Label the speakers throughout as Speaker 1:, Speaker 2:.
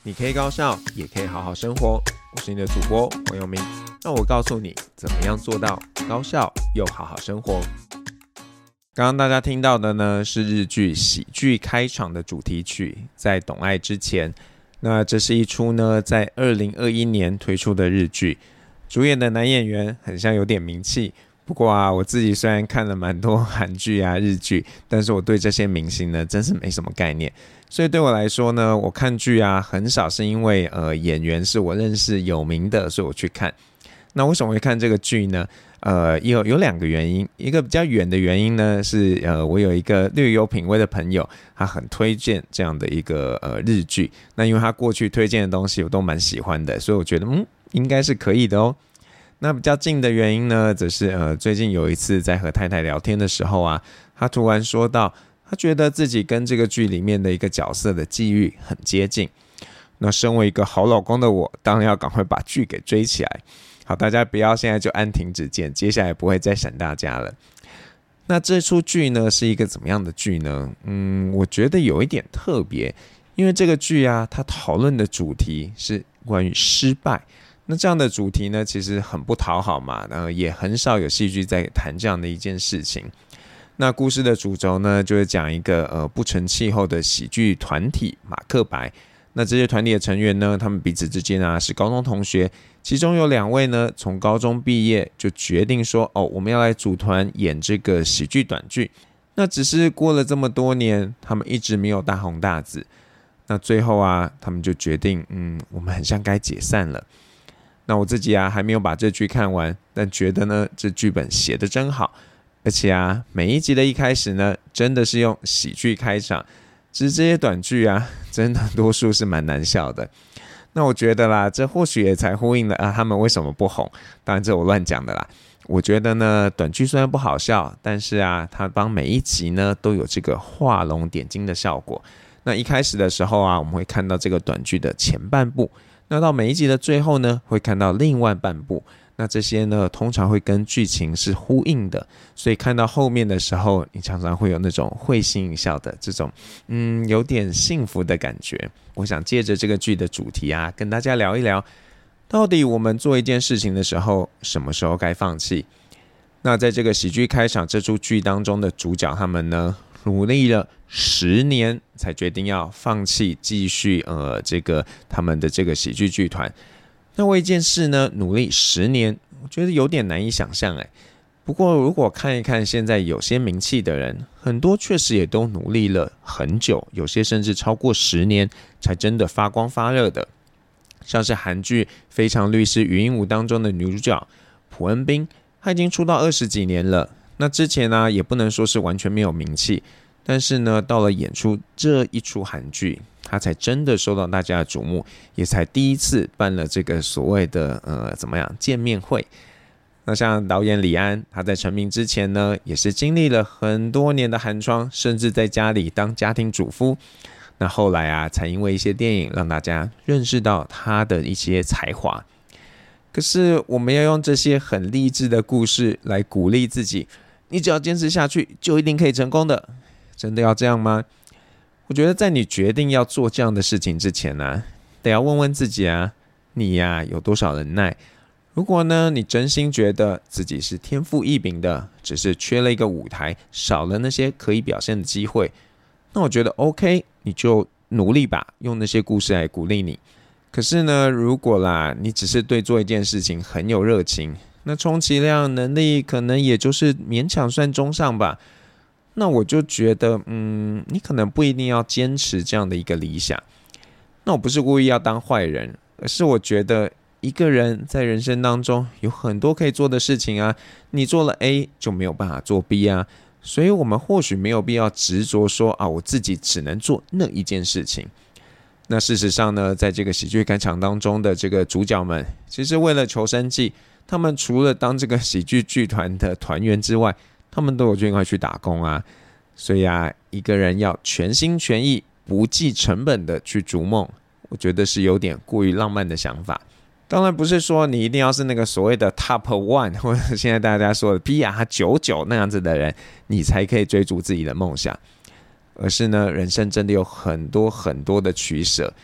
Speaker 1: 你可以高效，也可以好好生活。我是你的主播黄永明，让我告诉你怎么样做到高效又好好生活。刚刚大家听到的呢，是日剧《喜剧开场》的主题曲，在懂爱之前。那这是一出呢，在2021年推出的日剧，主演的男演员很像有点名气。不过我自己虽然看了蛮多韩剧日剧，但是我对这些明星呢，真是没什么概念。所以对我来说呢，我看剧很少是因为演员是我认识有名的，所以我去看。那为什么会看这个剧呢？有两个原因。一个比较远的原因呢，是我有一个略有品味的朋友，他很推荐这样的一个日剧。那因为他过去推荐的东西我都蛮喜欢的，所以我觉得应该是可以的哦。那比较近的原因呢，则是最近有一次在和太太聊天的时候他突然说到，他觉得自己跟这个剧里面的一个角色的际遇很接近。那身为一个好老公的我，当然要赶快把剧给追起来。好，大家不要现在就按停止键，接下来不会再闪大家了。那这出剧呢，是一个怎么样的剧呢？我觉得有一点特别，因为这个剧它讨论的主题是关于失败。那这样的主题呢，其实很不讨好嘛，也很少有戏剧在谈这样的一件事情。那故事的主轴呢，就是讲一个不成气候的喜剧团体马克白。那这些团体的成员呢，他们彼此之间是高中同学，其中有2位呢，从高中毕业就决定说，我们要来组团演这个喜剧短剧。那只是过了这么多年，他们一直没有大红大紫。那最后他们就决定，我们很像该解散了。那我自己还没有把这剧看完，但觉得呢，这剧本写得真好，而且每一集的一开始呢，真的是用喜剧开场。只是这些短剧真的多数是蛮难笑的。那我觉得啦，这或许也才呼应了他们为什么不红。当然这我乱讲的啦。我觉得呢，短剧虽然不好笑，但是它帮每一集呢都有这个画龙点睛的效果。那一开始的时候我们会看到这个短剧的前半部，那到每一集的最后呢，会看到另外半部。那这些呢，通常会跟剧情是呼应的，所以看到后面的时候，你常常会有那种会心一笑的这种有点幸福的感觉。我想借着这个剧的主题跟大家聊一聊，到底我们做一件事情的时候，什么时候该放弃？那在这个喜剧开场这出剧当中的主角他们呢，努力了10年才决定要放弃继续这个他们的这个喜剧剧团。那为一件事呢努力10年，我觉得有点难以想象不过如果看一看现在有些名气的人，很多确实也都努力了很久，有些甚至超过10年才真的发光发热的。像是韩剧《非常律师禹英禑》当中的女主角朴恩彬，她已经出道20几年了。那之前也不能说是完全没有名气，但是呢，到了演出这一出韩剧，他才真的受到大家的瞩目，也才第一次办了这个所谓的见面会。那像导演李安，他在成名之前呢，也是经历了很多年的寒窗，甚至在家里当家庭主夫。那后来才因为一些电影让大家认识到他的一些才华。可是我们要用这些很励志的故事来鼓励自己，你只要坚持下去，就一定可以成功的。真的要这样吗？我觉得在你决定要做这样的事情之前得要问问自己你有多少能耐？如果呢，你真心觉得自己是天赋异禀的，只是缺了一个舞台，少了那些可以表现的机会，那我觉得 OK， 你就努力吧，用那些故事来鼓励你。可是呢，如果你只是对做一件事情很有热情，那充其量能力可能也就是勉强算中上吧。那我就觉得你可能不一定要坚持这样的一个理想。那我不是故意要当坏人，而是我觉得一个人在人生当中有很多可以做的事情你做了 A 就没有办法做 B 所以我们或许没有必要执着说我自己只能做那一件事情。那事实上呢，在这个喜剧开场当中的这个主角们，其实为了求生计，他们除了当这个喜剧剧团的团员之外，他们都有另外去打工所以一个人要全心全意不计成本的去逐梦，我觉得是有点过于浪漫的想法。当然不是说你一定要是那个所谓的 top 1 或者现在大家说的 PR99 那样子的人，你才可以追逐自己的梦想。而是呢，人生真的有很多很多的取舍。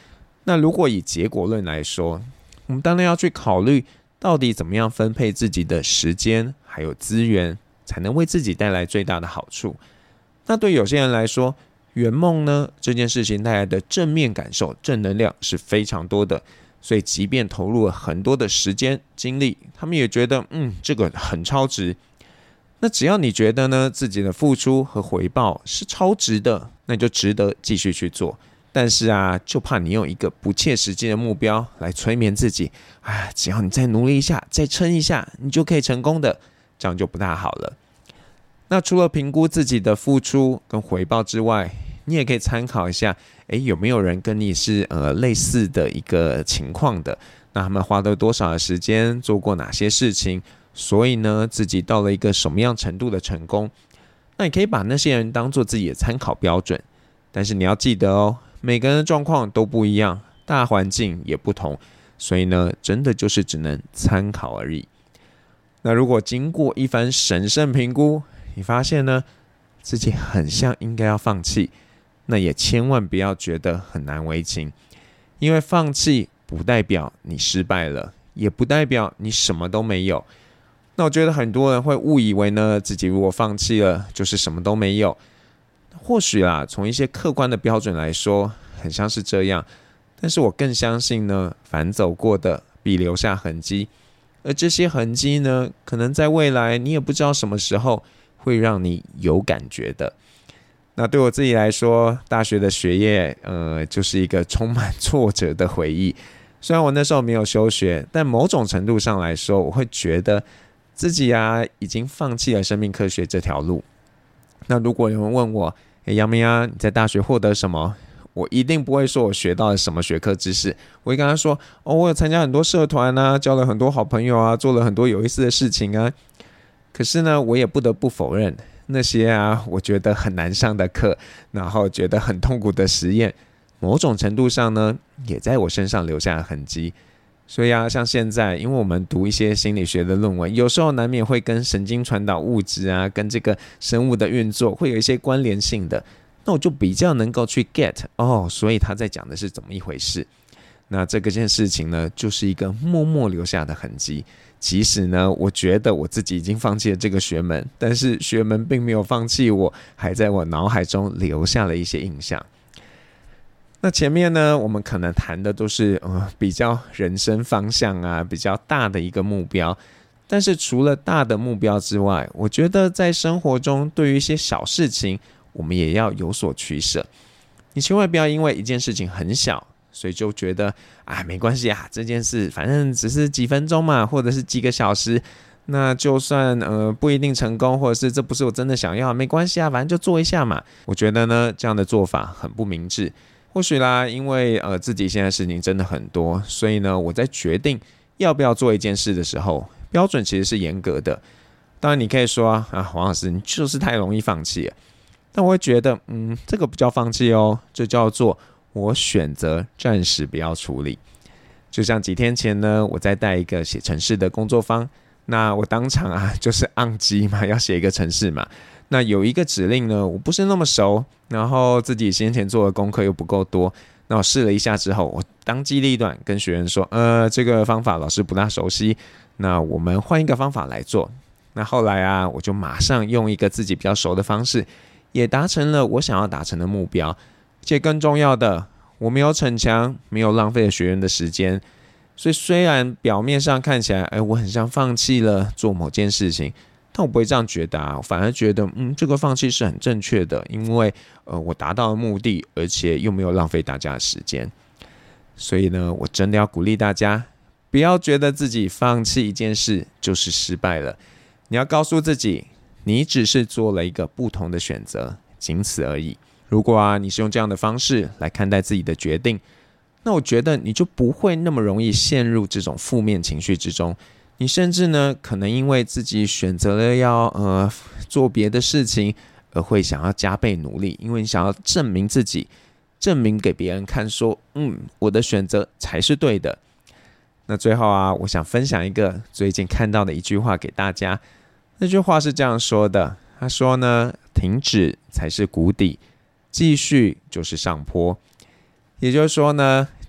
Speaker 1: 那如果以结果论来说，我们当然要去考虑到底怎么样分配自己的时间还有资源，才能为自己带来最大的好处。那对有些人来说，圆梦呢这件事情带来的正面感受、正能量是非常多的，所以即便投入了很多的时间精力，他们也觉得这个很超值。那只要你觉得呢自己的付出和回报是超值的，那就值得继续去做。但是啊，就怕你用一个不切实际的目标来催眠自己，只要你再努力一下，再撑一下，你就可以成功的，这样就不大好了。那除了评估自己的付出跟回报之外，你也可以参考一下，有没有人跟你是类似的一个情况的？那他们花了多少的时间，做过哪些事情？所以呢，自己到了一个什么样程度的成功？那你可以把那些人当做自己的参考标准，但是你要记得哦，每个人的状况都不一样，大环境也不同，所以呢，真的就是只能参考而已。那如果经过一番审慎评估，你发现呢，自己很像应该要放弃，那也千万不要觉得很难为情，因为放弃不代表你失败了，也不代表你什么都没有。那我觉得很多人会误以为呢，自己如果放弃了，就是什么都没有。或许啦，从一些客观的标准来说，很像是这样，但是我更相信呢，凡走过的必留下痕迹，而这些痕迹呢，可能在未来你也不知道什么时候会让你有感觉的。那对我自己来说，大学的学业就是一个充满挫折的回忆。虽然我那时候没有休学，但某种程度上来说，我会觉得自己已经放弃了生命科学这条路。那如果有人问我，杨明你在大学获得什么？我一定不会说我学到了什么学科知识，我会跟他说，我有参加很多社团交了很多好朋友做了很多有意思的事情可是呢，我也不得不否认，那些我觉得很难上的课，然后觉得很痛苦的实验，某种程度上呢，也在我身上留下了痕迹。所以像现在，因为我们读一些心理学的论文，有时候难免会跟神经传导物质跟这个生物的运作会有一些关联性的，那我就比较能够去 get 所以他在讲的是怎么一回事。那这件事情呢，就是一个默默留下的痕迹。即使呢，我觉得我自己已经放弃了这个学门，但是学门并没有放弃我，还在我脑海中留下了一些印象。那前面呢，我们可能谈的都是比较人生方向比较大的一个目标。但是除了大的目标之外，我觉得在生活中对于一些小事情，我们也要有所取舍。你千万不要因为一件事情很小，所以就觉得没关系这件事反正只是几分钟嘛，或者是几个小时，那就算不一定成功，或者是这不是我真的想要，没关系反正就做一下嘛。我觉得呢，这样的做法很不明智。或许啦，因为自己现在事情真的很多，所以呢，我在决定要不要做一件事的时候，标准其实是严格的。当然你可以说黄老师你就是太容易放弃了，但我会觉得这个不叫放弃这叫做我选择暂时不要处理。就像几天前呢，我在带一个写程式的工作坊，那我当场就是按机嘛，要写一个程式嘛。那有一个指令呢，我不是那么熟，然后自己先前做的功课又不够多，那我试了一下之后，我当机立断跟学员说，这个方法老师不大熟悉，那我们换一个方法来做。那后来我就马上用一个自己比较熟的方式，也达成了我想要达成的目标。且更重要的，我没有逞强，没有浪费了学员的时间。所以虽然表面上看起来，我很像放弃了做某件事情，但我不会这样觉得我反而觉得这个放弃是很正确的，因为我达到了目的，而且又没有浪费大家的时间。所以呢，我真的要鼓励大家，不要觉得自己放弃一件事就是失败了。你要告诉自己，你只是做了一个不同的选择，仅此而已。如果你是用这样的方式来看待自己的决定，那我觉得你就不会那么容易陷入这种负面情绪之中。你甚至呢，可能因为自己选择了要做别的事情，而会想要加倍努力，因为你想要证明自己，证明给别人看说，我的选择才是对的。那最后我想分享一个最近看到的一句话给大家。那句话是这样说的，他说呢，停止才是谷底，继续就是上坡。也就是说呢，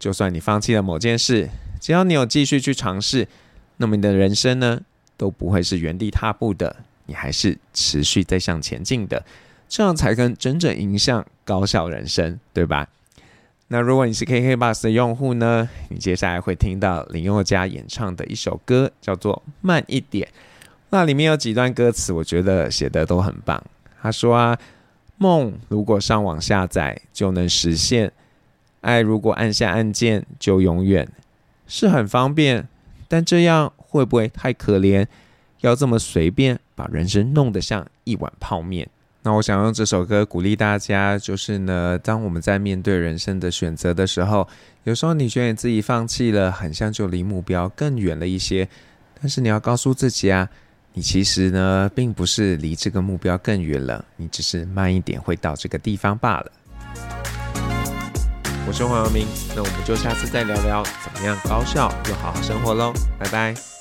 Speaker 1: 就算你放弃了某件事，只要你有继续去尝试，那么你的人生呢，都不会是原地踏步的，你还是持续在向前进的，这样才能真正迎向高效人生，对吧？那如果你是 KKBOX 的用户呢，你接下来会听到林宥嘉演唱的一首歌，叫做《慢一点》。那里面有几段歌词，我觉得写的都很棒。他说啊，梦如果上网下载就能实现，爱如果按下按键就永远，是很方便，但这样会不会太可怜？要这么随便把人生弄得像一碗泡面。那我想用这首歌鼓励大家，就是呢，当我们在面对人生的选择的时候，有时候你觉得你自己放弃了，很像就离目标更远了一些，但是你要告诉自己啊，你其实呢，并不是离这个目标更远了，你只是慢一点会到这个地方罢了。我是黄阳明，那我们就下次再聊聊怎么样高效又好好生活咯，拜拜。